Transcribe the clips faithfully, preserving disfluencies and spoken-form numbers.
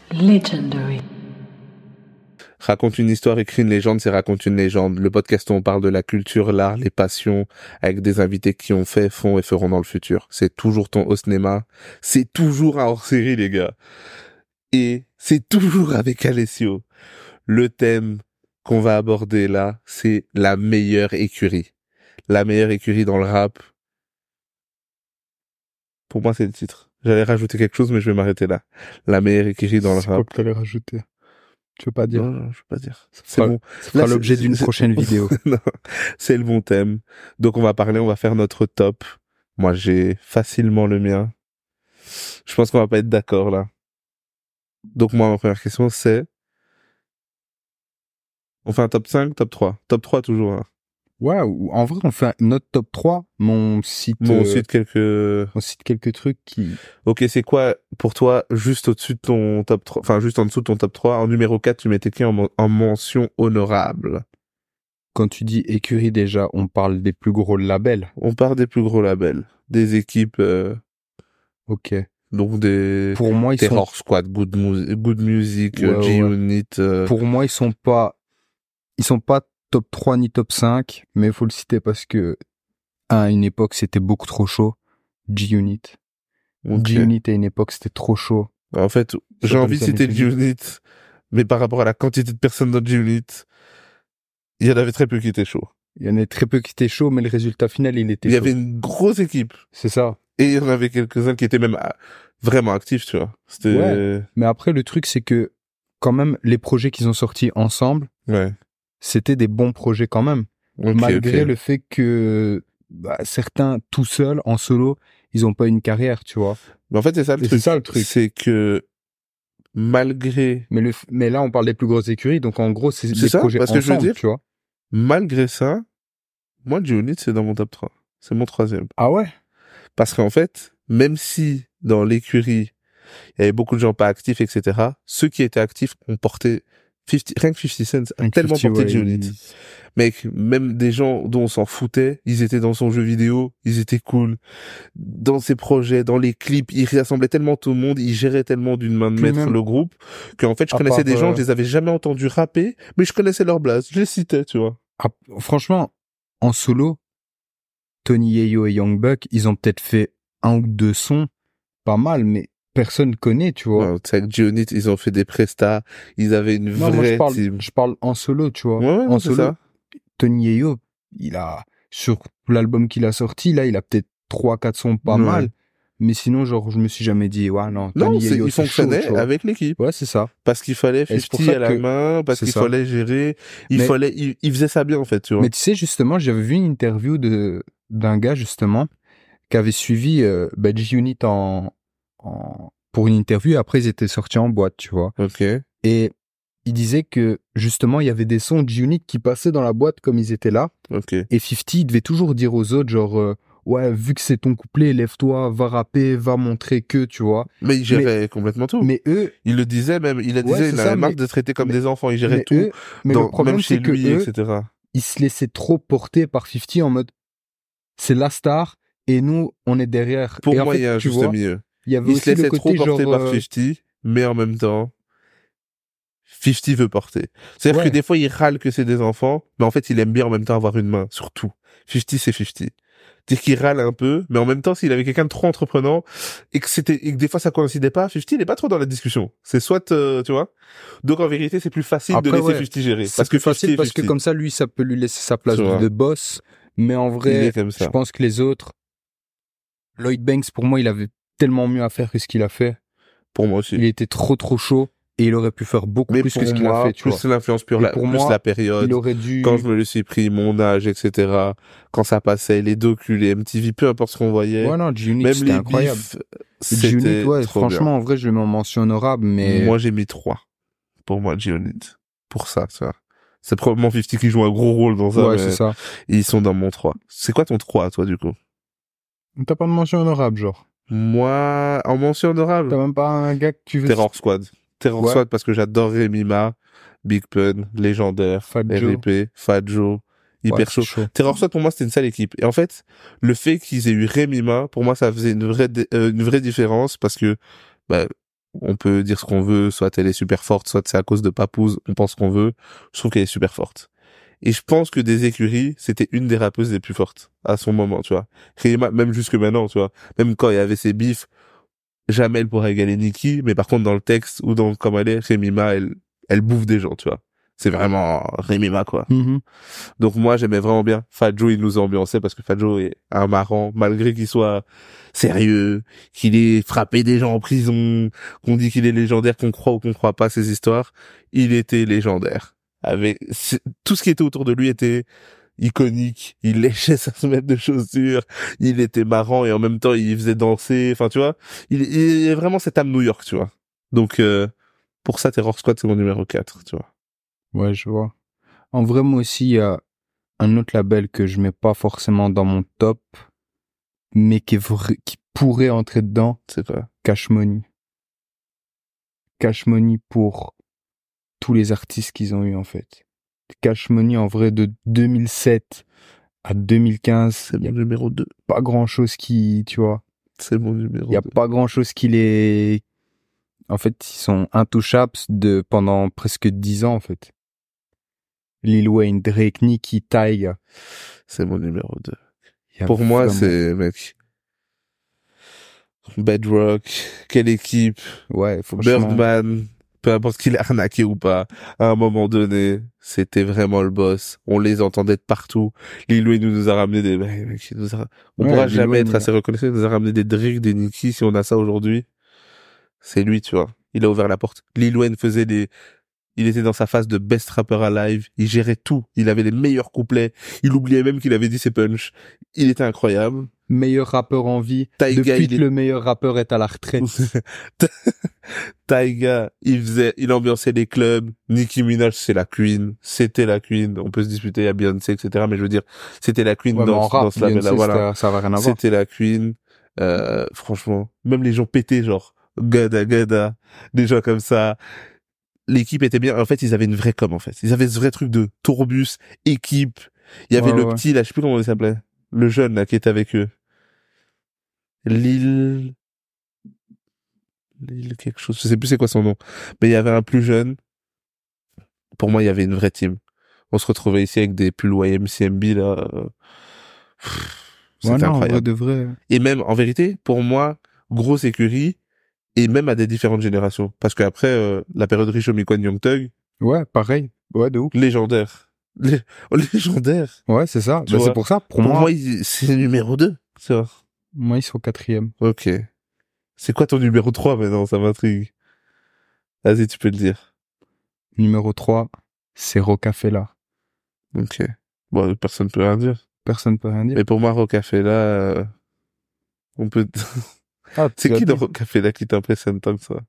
Legendary. Raconte une histoire, écrit une légende, c'est raconte une légende. Le podcast où on parle de la culture, l'art, les passions, avec des invités qui ont fait, font et feront dans le futur. C'est toujours ton au cinéma. C'est toujours un hors-série, les gars. Et c'est toujours avec Alessio. Le thème qu'on va aborder là, c'est la meilleure écurie. La meilleure écurie dans le rap. Pour moi, c'est le titre. J'allais rajouter quelque chose, mais je vais m'arrêter là. La meilleure écurie dans le C'est rap. quoi que t'allais rajouter? Tu veux pas dire? Non, non, je veux pas dire. Ça C'est fera, bon. ça fera Là, l'objet c'est- d'une c'est- prochaine vidéo. Non, c'est le bon thème. Donc on va parler, on va faire notre top. Moi, j'ai facilement le mien. Je pense qu'on va pas être d'accord là. Donc moi, ma première question, c'est... On fait un top cinq, top trois. Top trois toujours. Hein. Ouais, ou- en vrai, on fait notre top trois. Mon site, Bon, euh, ensuite, quelques... on cite quelques trucs qui... Ok, c'est quoi pour toi, juste au-dessus de ton top trois, enfin juste en dessous de ton top trois, en numéro quatre, tu mettais qui en, men- en mention honorable? Quand tu dis écurie, déjà, on parle des plus gros labels. On part des plus gros labels. Des équipes, euh, Ok. donc des... Pour moi, ils sont... Terror Squad, Good, Mu- Good Music, Ouais, euh, ouais, ouais. G-Unit... euh, Pour moi, ils sont pas... Ils sont pas top trois ni top cinq, mais il faut le citer parce que, à une époque, c'était beaucoup trop chaud. G-Unit. ok. G-Unit, à une époque, c'était trop chaud. En fait, j'ai comme envie de ça, citer mais G-Unit, mais par rapport à la quantité de personnes dans G-Unit, il y en avait très peu qui étaient chauds. Il y en a très peu qui étaient chauds, mais le résultat final, il était Il y chaud. avait une grosse équipe. C'est ça. Et il y en avait quelques-uns qui étaient même ah, vraiment actifs, tu vois. C'était... Ouais. Mais après, le truc, c'est que, quand même, les projets qu'ils ont sortis ensemble, Ouais. c'était des bons projets quand même. Ok, malgré ok. le fait que bah, certains, tout seuls, en solo, ils ont pas une carrière, tu vois. Mais en fait, c'est ça le Et truc. c'est ça, le truc. C'est que, malgré, Mais, le, f- mais là, on parle des plus grosses écuries, donc en gros, c'est C'est des ça, projets parce que je veux ensemble, dire- tu vois. malgré ça, moi, G-Unit, c'est dans mon top trois. C'est mon troisième. Ah ouais? Parce qu'en fait, même si dans l'écurie, il y avait beaucoup de gens pas actifs, et cetera, ceux qui étaient actifs ont porté cinquante, rien que cinquante Cent a Un tellement cinquante, porté ouais, G-Unit. il- Mec, même des gens dont on s'en foutait, ils étaient dans son jeu vidéo, ils étaient cool. Dans ses projets, dans les clips, il rassemblait tellement tout le monde, il gérait tellement d'une main de Puis maître même- le groupe, qu'en fait, je à connaissais part, des gens, euh, je les avais jamais entendus rapper, mais je connaissais leur blase, je les citais, tu vois. Ah, franchement, en solo, Tony Yayo et Young Buck, ils ont peut-être fait un ou deux sons, pas mal, mais personne connaît, tu vois. Ouais, tu sais, avec G-Unit, ils ont fait des prestats, ils avaient une Non, moi, vraie je parle, team. je parle en solo, tu vois. Ouais, ouais, en non, c'est solo, ça. Tony Yayo, il a, sur l'album qu'il a sorti, là, il a peut-être trois, quatre sons pas Ouais. mal. Mais sinon, genre, je me suis jamais dit, ouais, non, Non, Tony c'est, Yayo, il c'est chaud, fonctionnait tu vois. avec l'équipe. Ouais, c'est ça. Parce qu'il fallait c'est pour cinquante ça à la que- main, parce c'est qu'il ça. fallait gérer, il Mais- fallait, il, il faisait ça bien, en fait, tu vois. Mais tu sais, justement, j'avais vu une interview de, d'un gars, justement, qui avait suivi, euh, bah, G-Unit en, en, pour une interview, et après, ils étaient sortis en boîte, tu vois. Ok. Et il disait que, justement, il y avait des sons de G-Unit qui passaient dans la boîte comme ils étaient là. Ok. Et cinquante, il devait toujours dire aux autres, genre, euh, ouais, vu que c'est ton couplet, lève-toi, va rapper, va montrer que, tu vois. Mais il gérait complètement tout. Mais eux, Il le disait même, il a Ouais, disait, c'est il ça, avait marre mais- de traiter comme mais- des enfants, il gérait mais tout, eux, mais dans- le problème, même chez c'est que lui, eux, et cetera. ils se laissaient trop porter par cinquante en mode, c'est la star, et nous, on est derrière. Pour et en moi, fait, il y a un tu juste vois, milieu. il y avait Il se aussi le laissait trop côté, porter genre, par euh, cinquante, mais en même temps, cinquante veut porter. C'est-à-dire Ouais. que des fois, il râle que c'est des enfants, mais en fait, il aime bien en même temps avoir une main, sur tout. cinquante, c'est cinquante. C'est-à-dire qu'il râle un peu, mais en même temps, s'il avait quelqu'un de trop entreprenant, et que c'était, et que des fois ça coïncidait pas, cinquante, il est pas trop dans la discussion. C'est soit, euh, tu vois. Donc, en vérité, c'est plus facile Après, de laisser ouais, cinquante gérer. c'est Parce que plus facile cinquante, parce que cinquante. comme ça, lui, ça peut lui laisser sa place Tu vois. de boss. Mais en Il vrai, est comme ça. je pense que les autres, Lloyd Banks, pour moi, il avait tellement mieux à faire que ce qu'il a fait. Pour moi aussi. Il était trop, trop chaud et il aurait pu faire beaucoup Mais plus pour que ce qu'il a moi, fait, tu plus vois. l'influence pure, Et la, pour plus moi, la période, Il aurait dû... quand je me le suis pris, mon âge, et cetera, quand ça passait, les docus, les M T V, peu importe ce qu'on voyait, Ouais, non, G-Unit, même c'était les incroyable. bifs, G-Unit, c'était ouais, trop franchement, en vrai, je le mets en mention honorable, bien. mais... Moi, j'ai mis trois. Pour moi, G-Unit. Pour ça, ça. C'est probablement cinquante qui joue un gros rôle dans ça, ouais, mais c'est ça. ils sont dans mon trois. C'est quoi ton trois, toi, du coup? T'as pas de mention honorable, genre. Moi, en mention honorable, T'as même pas un gars que tu veux... Terror Squad. Terror Ouais. Squad parce que j'adore Rémi Ma, Big Pun, Légendaire, Fat Joe. R I P, Fat Joe, hyper Ouais, chaud. c'est chaud. Terror Squad, pour moi, c'était une sale équipe. Et en fait, le fait qu'ils aient eu Rémi Ma, pour moi, ça faisait une vraie, dé- euh, une vraie différence parce que, bah, on peut dire ce qu'on veut, soit elle est super forte, soit c'est à cause de Papoose, on pense qu'on veut. Je trouve qu'elle est super forte. Et je pense que des écuries, c'était une des rappeuses les plus fortes à son moment, tu vois. Rima, même jusque maintenant, tu vois. Même quand il y avait ses bifs, jamais elle pourra égaler Nicki, mais par contre dans le texte ou dans comment elle est, Remima, elle, elle bouffe des gens, tu vois. C'est vraiment Remima, quoi. Mm-hmm. Donc moi, j'aimais vraiment bien. Fat Joe, il nous a ambiancé parce que Fat Joe est un marrant, malgré qu'il soit sérieux, qu'il ait frappé des gens en prison, qu'on dit qu'il est légendaire, qu'on croit ou qu'on croit pas ces histoires. Il était légendaire. Avec tout ce qui était autour de lui était iconique. Il léchait sa semelle de chaussures. Il était marrant et en même temps, il faisait danser. Enfin, tu vois, il, il est vraiment cette âme New York, tu vois. Donc, euh, pour ça, Terror Squad, c'est mon numéro quatre, tu vois. Ouais, je vois. En vrai, moi aussi, il y a un autre label que je mets pas forcément dans mon top, mais qui est vrai, qui pourrait entrer dedans. C'est quoi? Cash Money. Cash Money pour tous les artistes qu'ils ont eu, en fait. Cash Money, en vrai, de deux mille sept à deux mille quinze. C'est mon numéro deux. Pas grand chose qui, tu vois. C'est mon numéro deux. Il y a pas grand chose qui les, en fait, ils sont intouchables de, pendant presque dix ans, en fait. Lil Wayne, Drake, Nicki, Tyga. C'est mon numéro deux. Pour moi, vraiment... c'est, mec, Bedrock, quelle équipe. Ouais, franchement. Birdman, peu importe qu'il est arnaqué ou pas, à un moment donné, c'était vraiment le boss. On les entendait de partout. Lil Wayne nous a ramené des, mec, il nous a... on ouais, pourra Lil jamais Wayne, être assez reconnaissant. Il nous a ramené des Drake, des Nicki, si on a ça aujourd'hui. C'est lui, tu vois. Il a ouvert la porte. Lil Wayne faisait des, il était dans sa phase de best rapper alive. Il gérait tout. Il avait les meilleurs couplets. Il oubliait même qu'il avait dit ses punchs. Il était incroyable. Meilleur rappeur en vie. Tyga, depuis que est... le meilleur rappeur est à la retraite. Tyga, il faisait, il ambiançait les clubs. Nicki Minaj, c'est la queen. C'était la queen. On peut se disputer à Beyoncé, et cetera. Mais je veux dire, c'était la queen ouais, dans, rap, dans ce label-là. Voilà. Ça va rien à voir. C'était la queen. Euh, franchement, même les gens pétés, genre, gada, gada, des gens comme ça. L'équipe était bien. En fait, ils avaient une vraie com, en fait. Ils avaient ce vrai truc de tourbus, équipe. Il y avait ouais, le ouais. petit, là, je sais plus comment il s'appelait. Le jeune, là, qui était avec eux. Lille, Lille quelque chose. Je sais plus c'est quoi son nom. Mais il y avait un plus jeune. Pour moi, il y avait une vraie team. On se retrouvait ici avec des pulls Y M C M B, là. C'était ouais, non, incroyable. vrai de vrai. Et même, en vérité, pour moi, grosse écurie. Et même à des différentes générations. Parce qu'après, euh, la période riche Omicron Young Thug. Ouais, pareil. Ouais, de ouf. Légendaire. Lé... Oh, légendaire. Ouais, c'est ça. Bah, c'est pour ça. Pour, pour moi, moi il... c'est numéro deux. Ça. Moi, ils sont quatrième. Ok. C'est quoi ton numéro trois maintenant? Ça m'intrigue. Vas-y, tu peux le dire. Numéro trois, c'est Rocafella. Ok. Bon, personne peut rien dire. Personne peut rien dire. Mais pour moi, Rocafella, euh... on peut... Ah, c'est qui dans Rocafella qui t'impressionne tant que ça?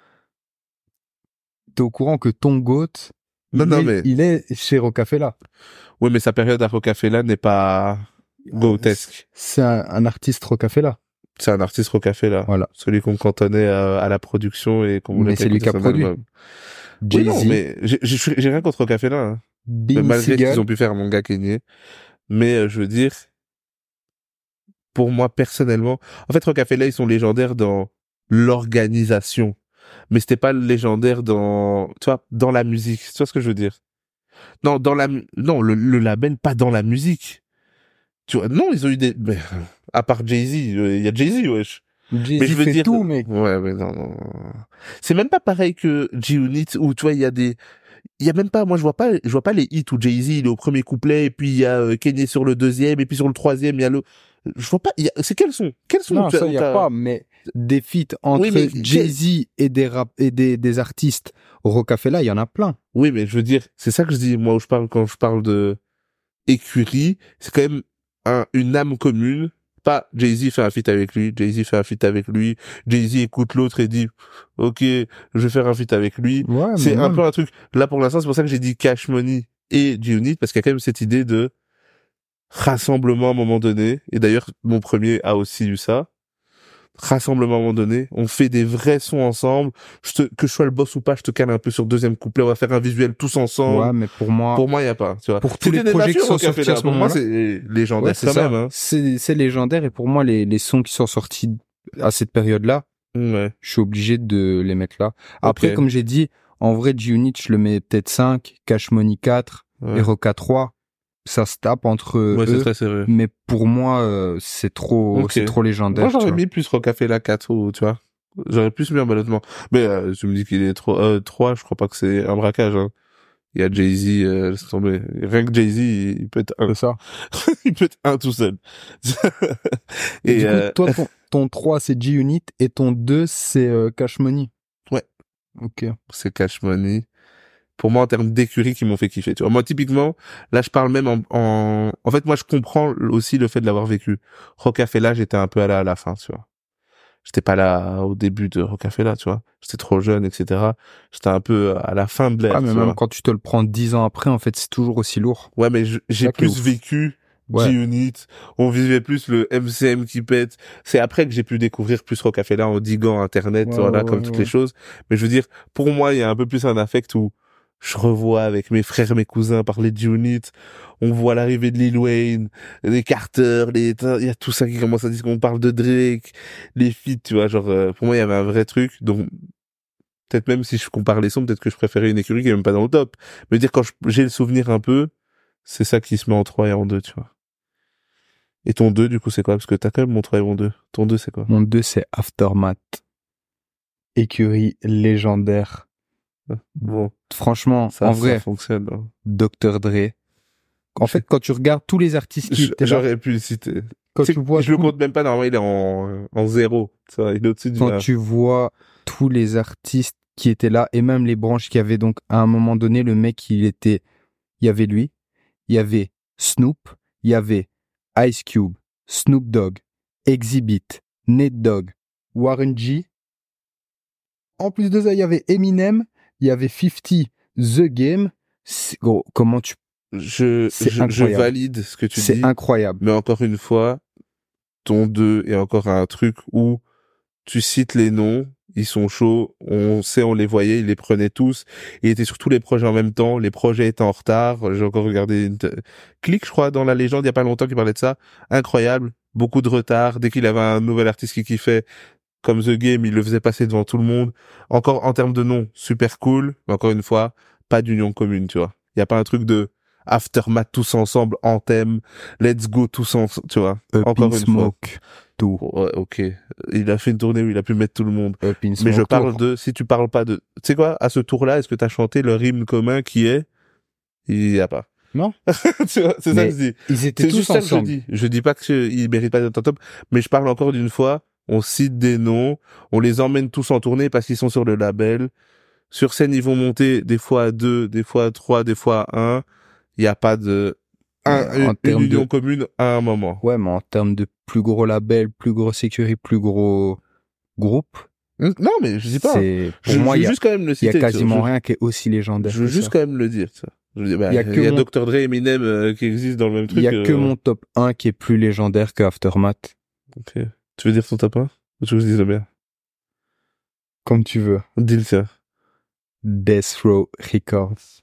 T'es au courant que ton goat, non, il, non, est, mais... il est chez Rocafella. Oui, mais sa période à Rocafella n'est pas goatesque. C'est un, un artiste Rocafella. C'est un artiste Rocafella. Voilà. Celui qu'on cantonnait à, à la production et qu'on voulait. Mais c'est lui qui a produit. Oui, non, mais j'ai, j'ai, j'ai rien contre Rocafella. Hein. Malgré ce qu'ils ont pu faire, mon gars Kenyé. Mais euh, je veux dire, pour moi personnellement, en fait, Rocafella, ils sont légendaires dans l'organisation, mais c'était pas légendaire dans, tu vois, dans la musique. Tu vois ce que je veux dire? Non, dans la, non, le, le label, pas dans la musique. Tu vois, non, ils ont eu des, mais, à part Jay-Z, il euh, y a Jay-Z, wesh. Jay-Z mais je veux fait dire... tout, mec. Ouais, mais non, non. C'est même pas pareil que G-Unit où, tu vois, il y a des, il y a même pas, moi, je vois pas, je vois pas les hits où Jay-Z, il est au premier couplet, et puis il y a euh, Kanye sur le deuxième, et puis sur le troisième, il y a le, je vois pas, il y a, c'est quels sont, quels sont, non, ça, il y a pas, mais des feats entre oui, mais... Jay-Z et des rap, et des, des artistes Rocafella, il y en a plein. Oui, mais je veux dire, c'est ça que je dis, moi, où je parle, quand je parle de écurie, c'est quand même un, une âme commune. Pas Jay-Z fait un feat avec lui, Jay-Z fait un feat avec lui, Jay-Z écoute l'autre et dit ok, je vais faire un feat avec lui. Ouais, c'est un même. peu un truc. Là pour l'instant, c'est pour ça que j'ai dit Cash Money et G-Unit, parce qu'il y a quand même cette idée de rassemblement à un moment donné. Et d'ailleurs, mon premier a aussi eu ça. Rassemblement à un moment donné, on fait des vrais sons ensemble. Je te, que je sois le boss ou pas, je te cale un peu sur deuxième couplet. On va faire un visuel tous ensemble. Ouais, mais pour moi, pour moi, il y a pas. Tu vois. Pour tous les projets qui sont sortis à ce pour moi, c'est légendaire ouais, c'est quand ça. même. Hein. C'est, c'est légendaire et pour moi, les, les sons qui sont sortis à cette période-là, Ouais. Je suis obligé de les mettre là. Après, Ok. comme j'ai dit, en vrai, G-Unit, je le mets peut-être cinq, Cash Money quatre, Ouais. et Roca trois. Ça se tape entre Ouais, c'est eux. très sérieux. Mais pour moi, euh, c'est trop, Ok. c'est trop légendaire. Moi, j'aurais tu vois. mis plus Rocafella quatre ou, tu vois. J'aurais plus mis un ballottement. Mais, euh, tu me dis qu'il est trop, euh, trois, je crois pas que c'est un braquage, hein. Il y a Jay-Z, euh, laisse tomber. Rien que Jay-Z, il, il peut être un. C'est ça. Il peut être un tout seul. Et, Et, du coup, euh, toi, ton, ton trois, c'est G-Unit, et ton deux, c'est euh, Cash Money. Ouais. Ok. c'est Cash Money. Pour moi, en termes d'écurie qui m'ont fait kiffer, tu vois. Moi, typiquement, là, je parle même en, en, en fait, moi, je comprends aussi le fait de l'avoir vécu. Rocafella, j'étais un peu à la, à la fin, tu vois. J'étais pas là au début de Rocafella, tu vois. J'étais trop jeune, et cetera. J'étais un peu à la fin de Ah, l'ère, mais tu même vois. quand tu te le prends dix ans après, en fait, c'est toujours aussi lourd. Ouais, mais je- j'ai ça qui est plus ouf. vécu Ouais. G-Unit. On vivait plus le M C M qui pète. C'est après que j'ai pu découvrir plus Rocafella en diguant Internet, Ouais, voilà, ouais, comme ouais, toutes ouais. les choses. Mais je veux dire, pour moi, il y a un peu plus un affect où je revois avec mes frères, mes cousins parler de G-Unit. On voit l'arrivée de Lil Wayne, les Carter, les, il y a tout ça qui commence à dire qu'on parle de Drake, les feats, tu vois, genre, euh, pour moi, il y avait un vrai truc. Donc, peut-être même si je compare les sons, peut-être que je préférais une écurie qui est même pas dans le top. Mais dire quand je- j'ai le souvenir un peu, c'est ça qui se met en trois et en deux, tu vois. Et ton deux, du coup, c'est quoi? Parce que t'as quand même mon trois et mon deux. Ton deux, c'est quoi? Mon deux, c'est Aftermath. Écurie légendaire. Bon, Franchement, ça, en ça vrai, fonctionne. Hein. docteur Dre. En fait, quand tu regardes tous les artistes qui Je- étaient là, J'aurais pu le citer. quand C'est tu que vois je le tout- compte même pas, normalement, il est en, en zéro. Ça, va, il est au-dessus du quand un. tu vois tous les artistes qui étaient là, et même les branches qui avaient donc, à un moment donné, le mec, il était, il y avait lui, il y avait Snoop, il y avait Ice Cube, Snoop Dogg, Exhibit, Nate Dogg, Warren G. En plus de ça, il y avait Eminem, il y avait cinquante, The Game. C'est- Gros, comment tu... Je, C'est je, je incroyable. valide ce que tu C'est dis, incroyable. mais encore une fois, ton deux est encore un truc où tu cites les noms, ils sont chauds, on sait, on les voyait, ils les prenaient tous. Il était sur tous les projets en même temps, les projets étaient en retard. J'ai encore regardé une t- Click, je crois, dans la légende, il y a pas longtemps, qui parlait de ça. Incroyable, beaucoup de retard. Dès qu'il avait un nouvel artiste qui kiffait, comme The Game, il le faisait passer devant tout le monde. Encore en termes de noms, super cool, mais encore une fois, pas d'union commune, tu vois. Il y a pas un truc de Aftermath tous ensemble, Anthem, Let's Go tous ensemble, tu vois. Up Encore in une fois. Smoke, tout. Ouais, ok. Il a fait une tournée où il a pu mettre tout le monde. Up in Mais je Smoke, parle tour. de, si tu parles pas de, tu sais quoi, à ce tour-là, est-ce que t'as chanté le hymne commun qui est, il y a pas. Non? Tu vois, c'est ça Mais que je dis. ils étaient C'est tous juste ça que je ensemble. dis. Je dis pas qu'ils méritent pas d'être en top, mais je parle encore d'une fois, on cite des noms, on les emmène tous en tournée parce qu'ils sont sur le label. Sur scène, ils vont monter des fois à deux, des fois à trois, des fois à un. Il y a pas de, un, Euh, en une, termes une union de- commune à un moment. Ouais, mais en termes de plus gros label, plus gros sécurité, plus gros groupe, Non, mais je dis pas. c'est, pour Je, moi, je il veux y a, juste quand même le il y citer. a tu vois. quasiment Je- rien qui est aussi légendaire Je veux que juste ça. quand même le dire, ça. Je veux dire, bah, Il y a il que y a mon- docteur Dre et Eminem euh, qui existent dans le même Il truc. y a que euh, mon top un qui est plus légendaire que Aftermath. ok. Tu veux dire ton top un? Ou tu veux que je dise le mien? Comme tu veux. Dis le tien. Death Row Records.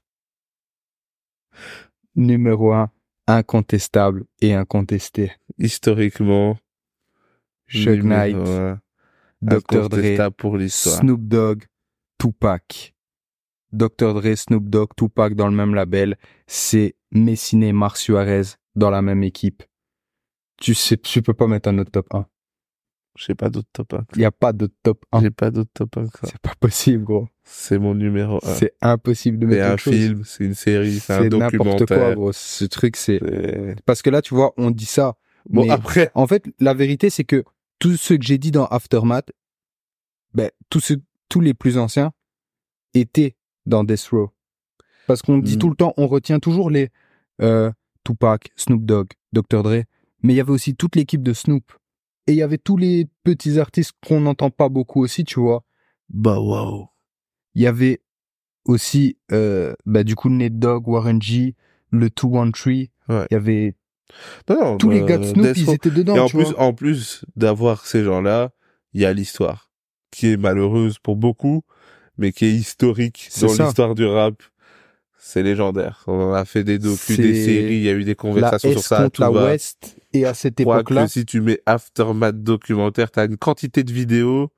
Numéro un, incontestable et incontesté. Historiquement, Suge Knight, numéro un, docteur Dre, incontestable pour l'histoire. Snoop Dogg, Tupac. docteur Dre, Snoop Dogg, Tupac dans le même label. C'est Messine et Mar Suarez dans la même équipe. Tu sais, tu peux pas mettre un autre top un. J'ai pas d'autre top un. Il y a pas de top un. J'ai pas d'autre top un que ça. C'est pas possible, gros. C'est mon numéro un. C'est impossible de C'est mettre un quelque chose. film, c'est une série, c'est un C'est n'importe quoi, documentaire. gros. Ce truc, c'est... C'est- Parce que là, tu vois, on dit ça. Bon, mais après, en fait, la vérité, c'est que tout ce que j'ai dit dans Aftermath, ben, tous ceux, tous les plus anciens étaient dans Death Row. Parce qu'on dit Mm. tout le temps, on retient toujours les euh, Tupac, Snoop Dogg, docteur Dre, mais il y avait aussi toute l'équipe de Snoop. Et il y avait tous les petits artistes qu'on n'entend pas beaucoup aussi, tu vois. bah, waouh. Il y avait aussi, euh, bah, du coup, Nate Dogg, Warren G, le deux un trois. Ouais. Il y avait Non, non, tous les bah, gars de Snoop, Death ils Row. étaient dedans, Et en tu plus, vois. en plus d'avoir ces gens-là, il y a l'histoire qui est malheureuse pour beaucoup, mais qui est historique C'est dans ça. l'histoire du rap. C'est légendaire. On en a fait des docus, des C'est séries, il y a eu des La conversations sur S ça à contre tout la va. West, et à cette Je crois époque-là, que si tu mets Aftermath documentaire, t'as une quantité de vidéos.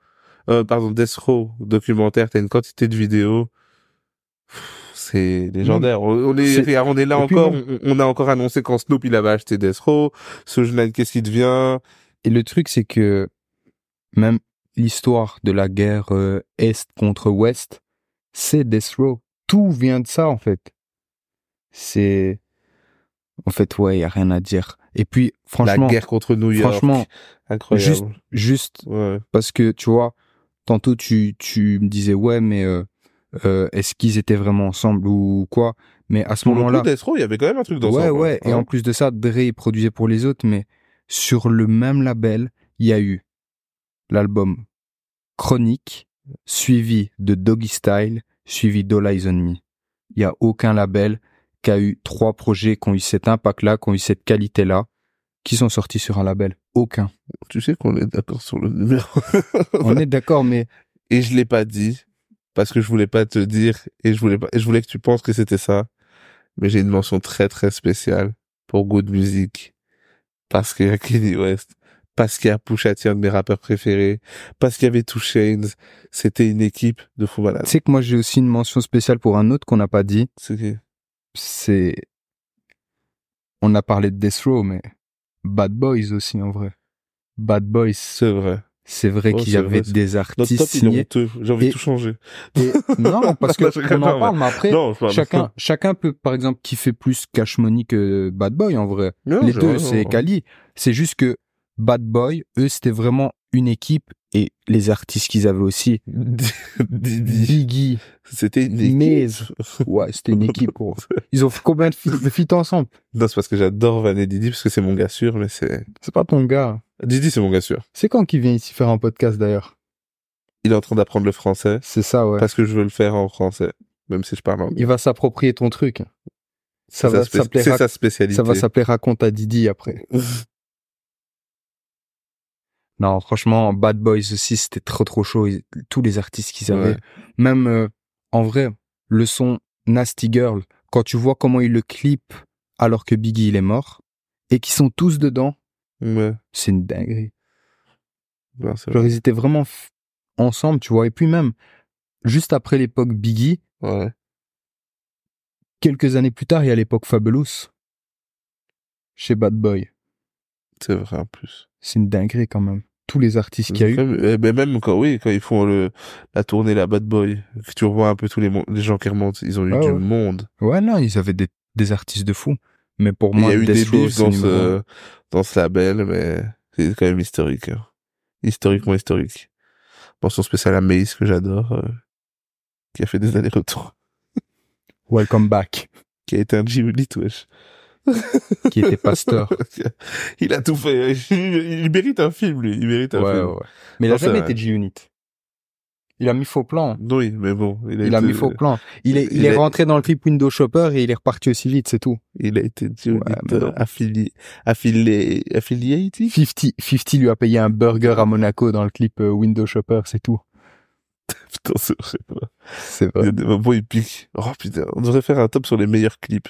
euh, pardon, Death Row documentaire, t'as une quantité de vidéos. Pff, c'est légendaire. On, on est, C'est- regarde, on est là Et puis encore, même- on, on a encore annoncé quand Snoop il avait acheté Death Row. Soulja, qu'est-ce qu'il devient? Et le truc, c'est que même l'histoire de la guerre euh, Est contre Ouest, c'est Death Row. Tout vient de ça, en fait. C'est... En fait, ouais, il n'y a rien à dire. Et puis, franchement, La guerre contre New York. franchement, Incroyable. juste, juste Ouais. parce que, tu vois, tantôt, tu, tu me disais, ouais, mais euh, euh, est-ce qu'ils étaient vraiment ensemble ou quoi? Mais à ce Pour le moment-là... coup, Death Row, il y avait quand même un truc dans Ouais, ça. ouais. Et en plus de ça, Dre il produisait pour les autres, mais sur le même label, il y a eu l'album Chronique, suivi de Doggy Style, suivi d'All Eyes on Me. Il y a aucun label qui a eu trois projets qui ont eu cet impact-là, qui ont eu cette qualité-là, qui sont sortis sur un label. Aucun. Tu sais qu'on est d'accord sur le numéro. On est d'accord, mais Et je l'ai pas dit parce que je voulais pas te dire et je voulais pas, et je voulais que tu penses que c'était ça. Mais j'ai une mention très très spéciale pour Good Music parce qu'il y a Kanye West, parce qu'il y a Pusha T, un de mes rappeurs préférés, parce qu'il y avait Two Chainz. C'était une équipe de fous malades. tu sais que moi j'ai aussi une mention spéciale pour un autre qu'on n'a pas dit. C'est qui? C'est... On a parlé de Death Row, mais Bad Boys aussi en vrai. Bad Boys, C'est vrai. c'est vrai Oh, qu'il y c'est avait vrai, c'est- des Notre artistes top, il est signés. honteux. J'ai envie Et- de tout changer. Et non, parce que Non, je rigole, on en non, parle, mais après, Non, je parle. chacun, chacun peut, par exemple, kiffer plus Cash Money que Bad Boy, en vrai. Non, Les j'ai deux, raison. c'est quali. C'est juste que Bad Boy, eux, c'était vraiment une équipe, et les artistes qu'ils avaient aussi. Didi. Biggie, C'était une équipe. Maze. Ouais, c'était une équipe, gros. Ils ont fait combien de feats de feats ensemble? Non, c'est parce que j'adore Van et Didi parce que c'est mon gars sûr, mais c'est... C'est pas ton gars. Didi, c'est mon gars sûr. C'est quand qu'il vient ici faire un podcast, d'ailleurs? Il est en train d'apprendre le français C'est ça, ouais. parce que je veux le faire en français, même si je parle anglais. Il va s'approprier ton truc. Ça C'est va sa spé- s'appeler C'est Rac- sa spécialité. ça va s'appeler Raconte à Didi après. Non, franchement, Bad Boys aussi, c'était trop trop chaud. Ils- tous les artistes qu'ils avaient. Ouais. Même, euh, en vrai, le son Nasty Girl, quand tu vois comment ils le clipent alors que Biggie, il est mort, et qu'ils sont tous dedans, Ouais. c'est une dinguerie. Ouais, c'est Genre, vrai. ils étaient vraiment f- ensemble, tu vois. Et puis même, juste après l'époque Biggie, Ouais. quelques années plus tard, il y a l'époque Fabulous, chez Bad Boy. C'est vrai, en plus. C'est une dinguerie quand même. Tous les artistes qu'il y a eu. Même, eh ben, même quand, oui, quand ils font le, la tournée, la Bad Boy, que tu revois un peu tous les, mon- les gens qui remontent, ils ont eu Ah du ouais. monde. Ouais, non, ils avaient des, des artistes de fou. Mais pour Et il moi, y a eu des Death Row, bifs c'est dans numéro un. ce, dans ce label, mais c'est quand même historique. hein. Historiquement historique. Mention spéciale à Mace, que j'adore, euh, qui a fait des allers-retours. Welcome back. Qui a été un G-Unit, wesh. Qui était pasteur. Il a tout fait. Il, il mérite un film, lui. Il mérite un Ouais, film. ouais. Mais il a Non, c'est jamais vrai. été G-Unit. Il a mis faux plan. Oui, mais bon. Il a, Il a été, mis faux plan. Il est, il il est est- rentré dans le clip Window Shopper et il est reparti aussi vite, c'est tout. Il a été G-Unit Ouais, mais non. euh, affilié, affilié, affiliated. cinquante, cinquante lui a payé un burger à Monaco dans le clip euh, Window Shopper, c'est tout. Putain, c'est vrai. quoi. C'est Il y vrai. a des moments épiques. Oh putain, on devrait faire un top sur les meilleurs clips.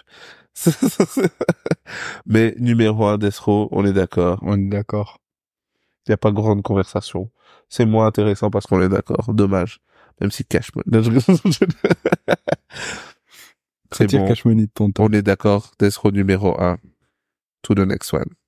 Mais numéro un, Death Row, on est d'accord. On est d'accord. Il n'y a pas grande conversation. C'est moins intéressant parce qu'on est d'accord. Dommage. Même si Cash Money. Non, je rigole. C'est Retire bon. Cash Money de ton temps. On est d'accord. Death Row numéro un. To the next one.